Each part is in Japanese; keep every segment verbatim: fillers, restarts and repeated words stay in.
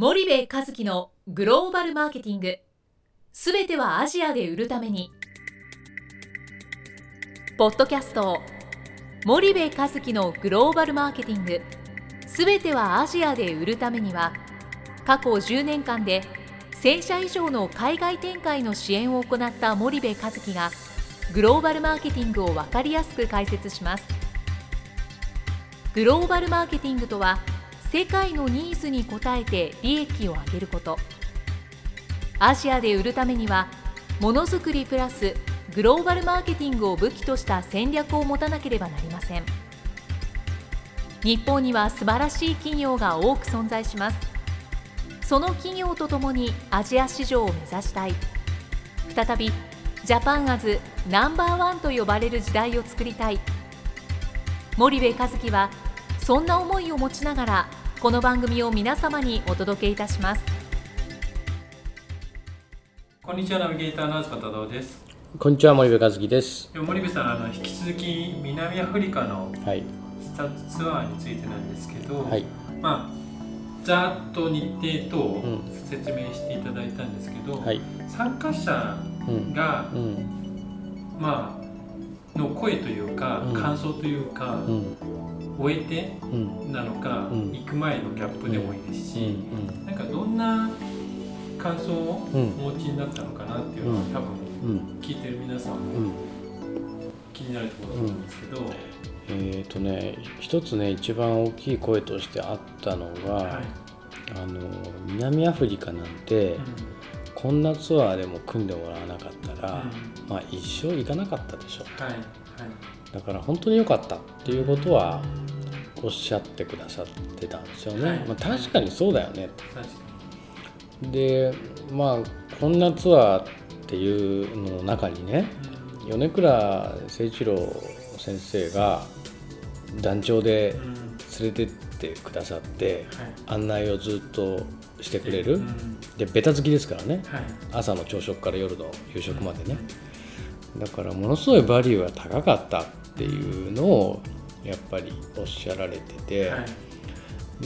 森部一樹のグローバルマーケティング、すべてはアジアで売るために。ポッドキャスト森部一樹のグローバルマーケティング、すべてはアジアで売るためには、過去じゅうねんかんでせんしゃ以上の海外展開の支援を行った森部一樹がグローバルマーケティングを分かりやすく解説します。グローバルマーケティングとは、世界のニーズに応えて利益を上げること。アジアで売るためには、ものづくりプラスグローバルマーケティングを武器とした戦略を持たなければなりません。日本には素晴らしい企業が多く存在します。その企業とともにアジア市場を目指したい。再びジャパンアズナンバーワンと呼ばれる時代を作りたい。森部一樹はそんな思いを持ちながら、この番組を皆様にお届けいたします。 こんにちは、ナビゲーターの東忠夫です。 こんにちは、森部一樹です。 森部さん、あの引き続き南アフリカの視察ツアーについてなんですけど、はい、まあ、ざーっと日程等を説明していただいたんですけど、うんはい、参加者が、うんうん、まあの声というか、うん、感想というか、うん、終えてなのか、うん、行く前のギャップでもいいですし、うんうん、なんかどんな感想をお持ちになったのかなっていうのは、うん、多分聞いてる皆さんも気になるところだと思うんですけど、うんうん、 えーとね、一つね、一番大きい声としてあったのが、はい、あの南アフリカなんて、うん、こんなツアーでも組んでもらわなかったら、うん、まあ一生行かなかったでしょ、はいはい、だから本当に良かったっていうことはおっしゃってくださってたんですよね、はい、まあ、確かにそうだよね、確かに。で、まあこんなツアーっていうのの中にね、うん、米倉誠一郎先生が団長で連れてってくださって、うん、案内をずっとしてくれる、うん、でベタ好きですからね、はい、朝の朝食から夜の夕食までね、うん、だからものすごいバリューが高かったっていうのをやっぱりおっしゃられてて、はい、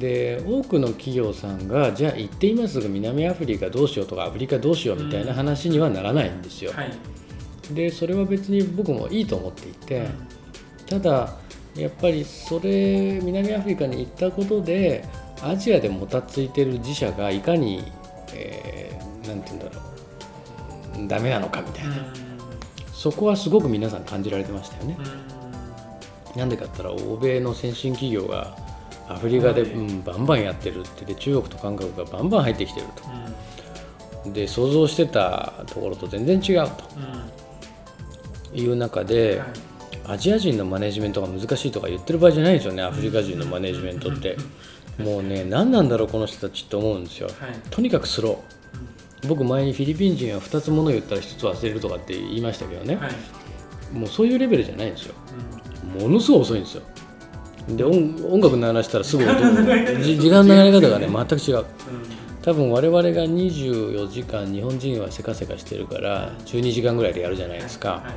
で多くの企業さんがじゃあ行って今すぐ南アフリカどうしようとかアフリカどうしようみたいな話にはならないんですよ、はい、でそれは別に僕もいいと思っていて、うん、ただやっぱりそれ南アフリカに行ったことでアジアでもたついてる自社がいかに、えー、なんて言うんだろう、ダメなのかみたいな、うん、そこはすごく皆さん感じられてましたよね、うん、なんでかって言ったら欧米の先進企業がアフリカで、うん、バンバンやってるって、で中国と韓国がバンバン入ってきてると、うん、で想像してたところと全然違うと、うん、いう中で、はい、アジア人のマネジメントが難しいとか言ってる場合じゃないですよね、アフリカ人のマネジメントって、うん、もうね、何なんだろうこの人たちって思うんですよ、はい、とにかくスロー、僕前にフィリピン人はふたつもの言ったらひとつ忘れるとかって言いましたけどね、はい、もうそういうレベルじゃないんですよ、うん、ものすごい遅いんですよ。で 音, 音楽鳴らしたらすぐ時間の流れ方がね全く違う、うん、多分我々がにじゅうよじかん日本人はせかせかしてるからじゅうにじかんぐらいでやるじゃないですか、はいはい、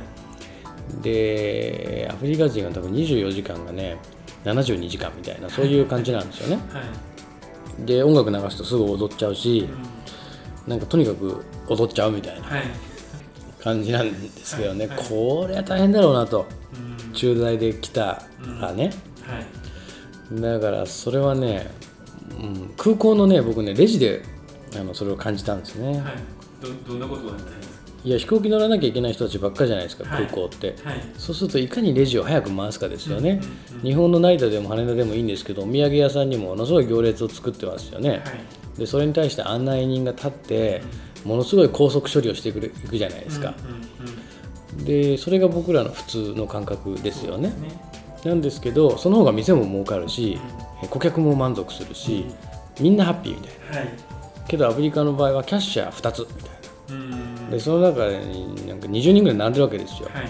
でアフリカ人は多分にじゅうよじかんがねななじゅうにじかんみたいなそういう感じなんですよね、はい、で音楽流すとすぐ踊っちゃうし、うん、なんかとにかく踊っちゃうみたいな感じなんですけどね、はいはい、これは大変だろうなと、うん、駐在で来たらね、はい、だからそれはね、うん、空港のね僕ねレジであのそれを感じたんですね、はい、 ど, どんなことがあったんですか。 いや飛行機乗らなきゃいけない人たちばっかりじゃないですか、はい、空港って、はい、そうするといかにレジを早く回すかですよね、うんうんうん、日本の成田でも羽田でもいいんですけどお土産屋さんにもものすごい行列を作ってますよね、はい、でそれに対して案内人が立ってものすごい高速処理をしてい く, いくじゃないですか、うんうんうん、でそれが僕らの普通の感覚ですよね。なんですけどその方が店も儲かるし、うん、顧客も満足するし、うん、みんなハッピーみたいな、はい、けどアフリカの場合はキャッシャーふたつみたいな、うん、でその中になんかにじゅうにんぐらい並んでるわけですよ、はい、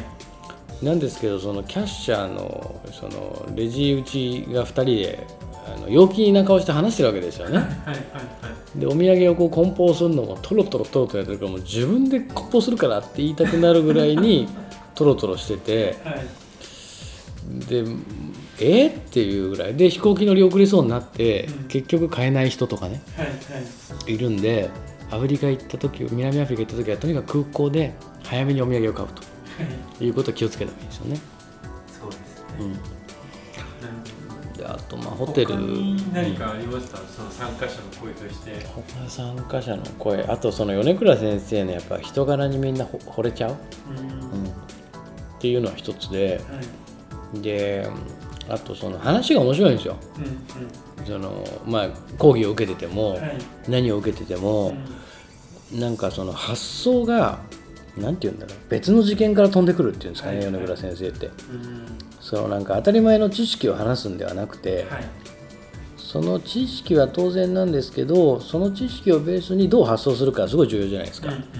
なんですけどそのキャッシャー の, そのレジ打ちがふたりであの陽気な顔して話してるわけですよね、はいはいはいはい、でお土産をこう梱包するのもトロトロトロトロやってるからもう自分で梱包するからって言いたくなるぐらいにトロトロしてて、はい、 でえー、っていうぐらいで飛行機乗り遅れそうになって、うん、結局買えない人とかね、はいはい、いるんでアフリカ行った時南アフリカ行った時はとにかく空港で早めにお土産を買うと、はい、いうことを気をつけた方がいいですよね。 そうですね、 うん、であとまあホテルに何かありました、うん、その参加者の声として。 他参加者の声、あとその米倉先生のやっぱ人柄にみんな惚れちゃう、うんうん、っていうのは一つで、はい、であとその話が面白いんですよ、うんうん、そのまあ講義を受けてても、はい、何を受けてても、うん、なんかその発想がなんて言うんだろう、別の事件から飛んでくるっていうんですかね、はい、米倉先生って、うん、そのなんか当たり前の知識を話すんではなくて、はい、その知識は当然なんですけどその知識をベースにどう発想するかすごい重要じゃないですか、うんうんうん、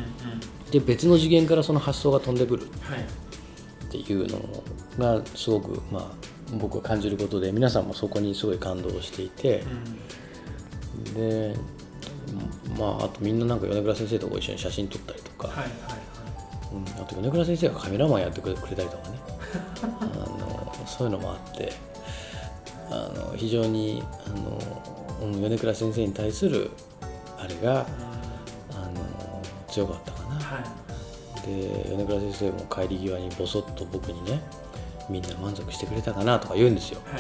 で別の次元からその発想が飛んでくるっていうのがすごくまあ僕は感じることで皆さんもそこにすごい感動していて、うん、でまああとみんななんか米倉先生とご一緒に写真撮ったりとか、はいはいはい、うん、あと米倉先生がカメラマンやってくれたりとかねあのそういうのもあってあの非常にあの米倉先生に対するあれが、うん、あの強かったかな、はい、で米倉先生も帰り際にボソッと僕にねみんな満足してくれたかなとか言うんですよ、はい、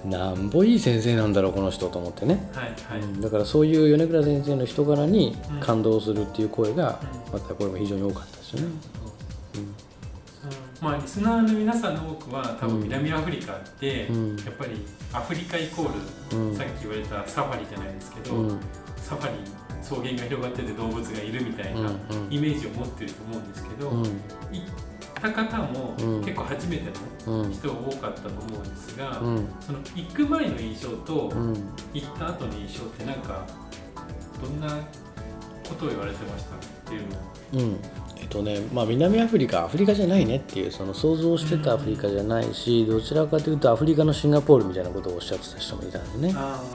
なんぼいい先生なんだろうこの人と思ってね、はいはい、うん、だからそういう米倉先生の人柄に感動するっていう声がまたこれも非常に多かったですよね、うんうん、 まあ、リスナーの皆さんの多くは多分南アフリカって、うん、やっぱりアフリカイコール、うん、さっき言われたサファリじゃないですけど、うん、サファリ草原が広がってて動物がいるみたいなイメージを持ってると思うんですけど、うん、行った方も結構初めての人が多かったと思うんですが、うん、その行く前の印象と行った後の印象ってなんかどんなことを言われてましたっていうのを、うん、 えっとねまあ、南アフリカアフリカじゃないねっていうその想像してたアフリカじゃないし、どちらかというとアフリカのシンガポールみたいなことをおっしゃってた人もいたんでね。あ、はい、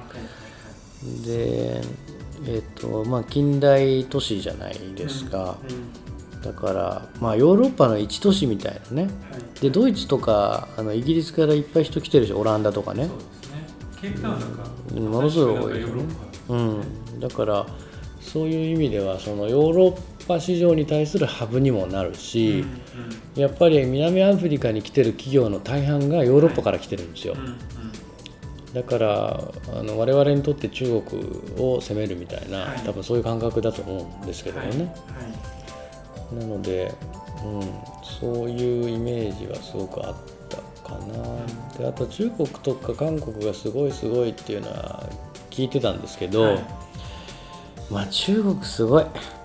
で、えっとまあ、近代都市じゃないですか、うんうん、だからまあヨーロッパの一都市みたいなね、はい、でドイツとかあのイギリスからいっぱい人来てるしオランダとかね、 そうですね、ケープタウンなんか、 うん、ものすごい多いですね、うん、だからそういう意味ではそのヨーロッパ市場に対するハブにもなるし、うんうん、やっぱり南アフリカに来てる企業の大半がヨーロッパから来てるんですよ、はい、うんうん、だからあの我々にとって中国を攻めるみたいな、はい、多分そういう感覚だと思うんですけどもね、はいはい、なので、うん、そういうイメージはすごくあったかな、うん、であと中国とか韓国がすごいすごいっていうのは聞いてたんですけど、はい、まあ中国すごい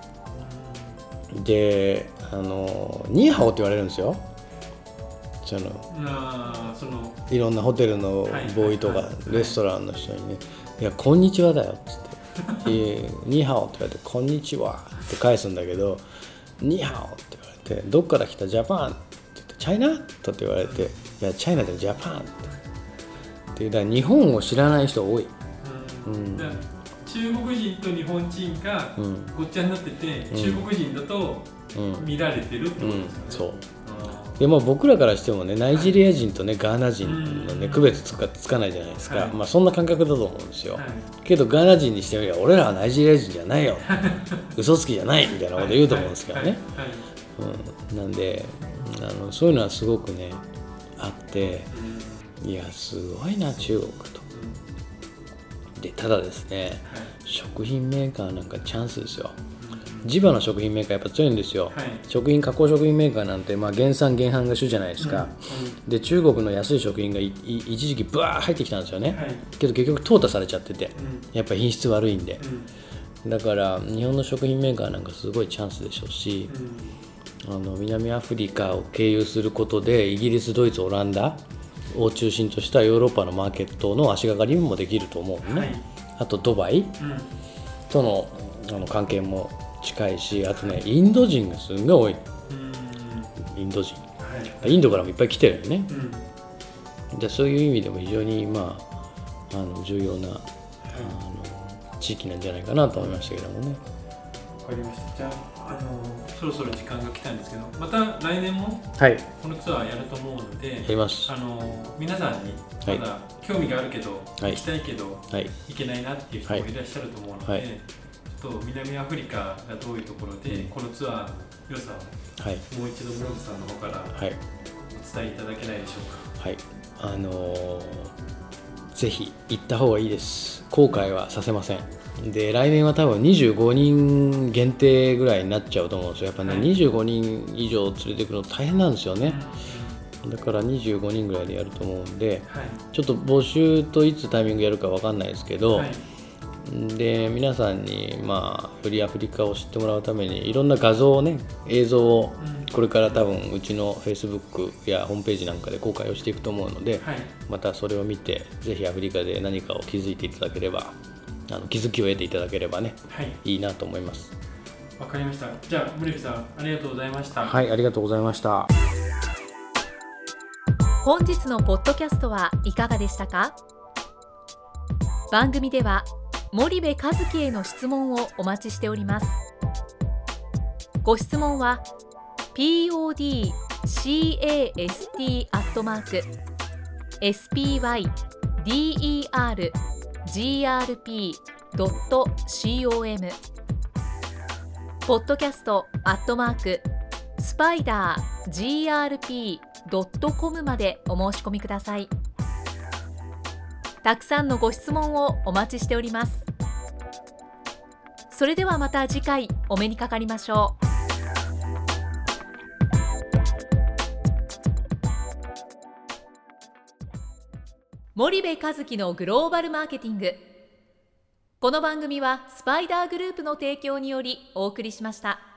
で、あのニーハオって言われるんですよ。そのあそのいろんなホテルのボーイとかレストランの人にね、いやこんにちはだよっつってニーハオって言われてこんにちはって返すんだけど、ニーハオって言われてどっから来たジャパンって言ってチャイナとって言われて、いやチャイナでジャパンってで、だから日本を知らない人多い。 うん、うん、中国人と日本人がごっちゃになってて、うん、中国人だと見られてるってことですよね、うんうん、そうでも僕らからしてもねナイジェリア人とね、はい、ガーナ人のね区別つか、つかないじゃないですか、はい、まあそんな感覚だと思うんですよ、はい、けどガーナ人にしてみれば俺らはナイジェリア人じゃないよ嘘つきじゃないみたいなこと言うと思うんですけどね、うん、なんであのそういうのはすごくねあって、いやすごいな中国と。でただですね、はい、食品メーカーなんかチャンスですよ。地場の食品メーカーやっぱ強いんですよ、はい、食品加工食品メーカーなんて、まあ、原産原販が主じゃないですか、うんうん、で中国の安い食品がいい一時期ブワー入ってきたんですよね、はい、けど結局淘汰されちゃってて、うん、やっぱ品質悪いんで、うん、だから日本の食品メーカーなんかすごいチャンスでしょうし、うん、あの南アフリカを経由することでイギリス、ドイツ、オランダを中心としたヨーロッパのマーケットの足がかりもできると思うね、はい、あとドバイ、うん、との、あの関係も近いし、あとねインド人がすんごい多い。インド人、はい、インドからもいっぱい来てるよね、うん、でそういう意味でも非常に、まあ、あの重要な、はい、あの地域なんじゃないかなと思いましたけどもね。 かりました。じゃあ、あのそろそろ時間が来たんですけど、また来年もこのツアーやると思うので、 やります。 あの皆さんにまだ興味があるけど、はい、行きたいけど、はい、行けないなっていう人もいらっしゃると思うので、はい、ちょっと南アフリカがどういうところで、うん、このツアーの良さを、はい、もう一度室伏さんの方からお伝えいただけないでしょうか。 はい、あのー、ぜひ行った方がいいです。後悔はさせません。で来年は多分にじゅうごにん限定ぐらいになっちゃうと思うんですよ。やっぱね、はい、にじゅうごにん以上連れてくるの大変なんですよね。だからにじゅうごにんぐらいでやると思うんで、はい、ちょっと募集といつタイミングやるか分かんないですけど、はい、で皆さんに、まあ、よりアフリカを知ってもらうためにいろんな画像をね、映像をこれから多分うちの Facebook やホームページなんかで公開をしていくと思うので、はい、またそれを見てぜひアフリカで何かを気づいていただければ、あの気づきを得ていただければね、はい、いいなと思います。 わかりました。じゃあ森部さん、ありがとうございました。 はい、ありがとうございました。 本日のポッドキャストはいかがでしたか？番組では森部一樹への質問をお待ちしております。ご質問は ピーオーディーキャスト アットマーク エスピーワイディーイーアールジーアールピードットコム ポッドキャストアットマークスパイダー ジーアールピードットコム までお申し込みください。たくさんのご質問をお待ちしております。それではまた次回お目にかかりましょう。森部一樹のグローバルマーケティング。この番組はスパイダーグループの提供によりお送りしました。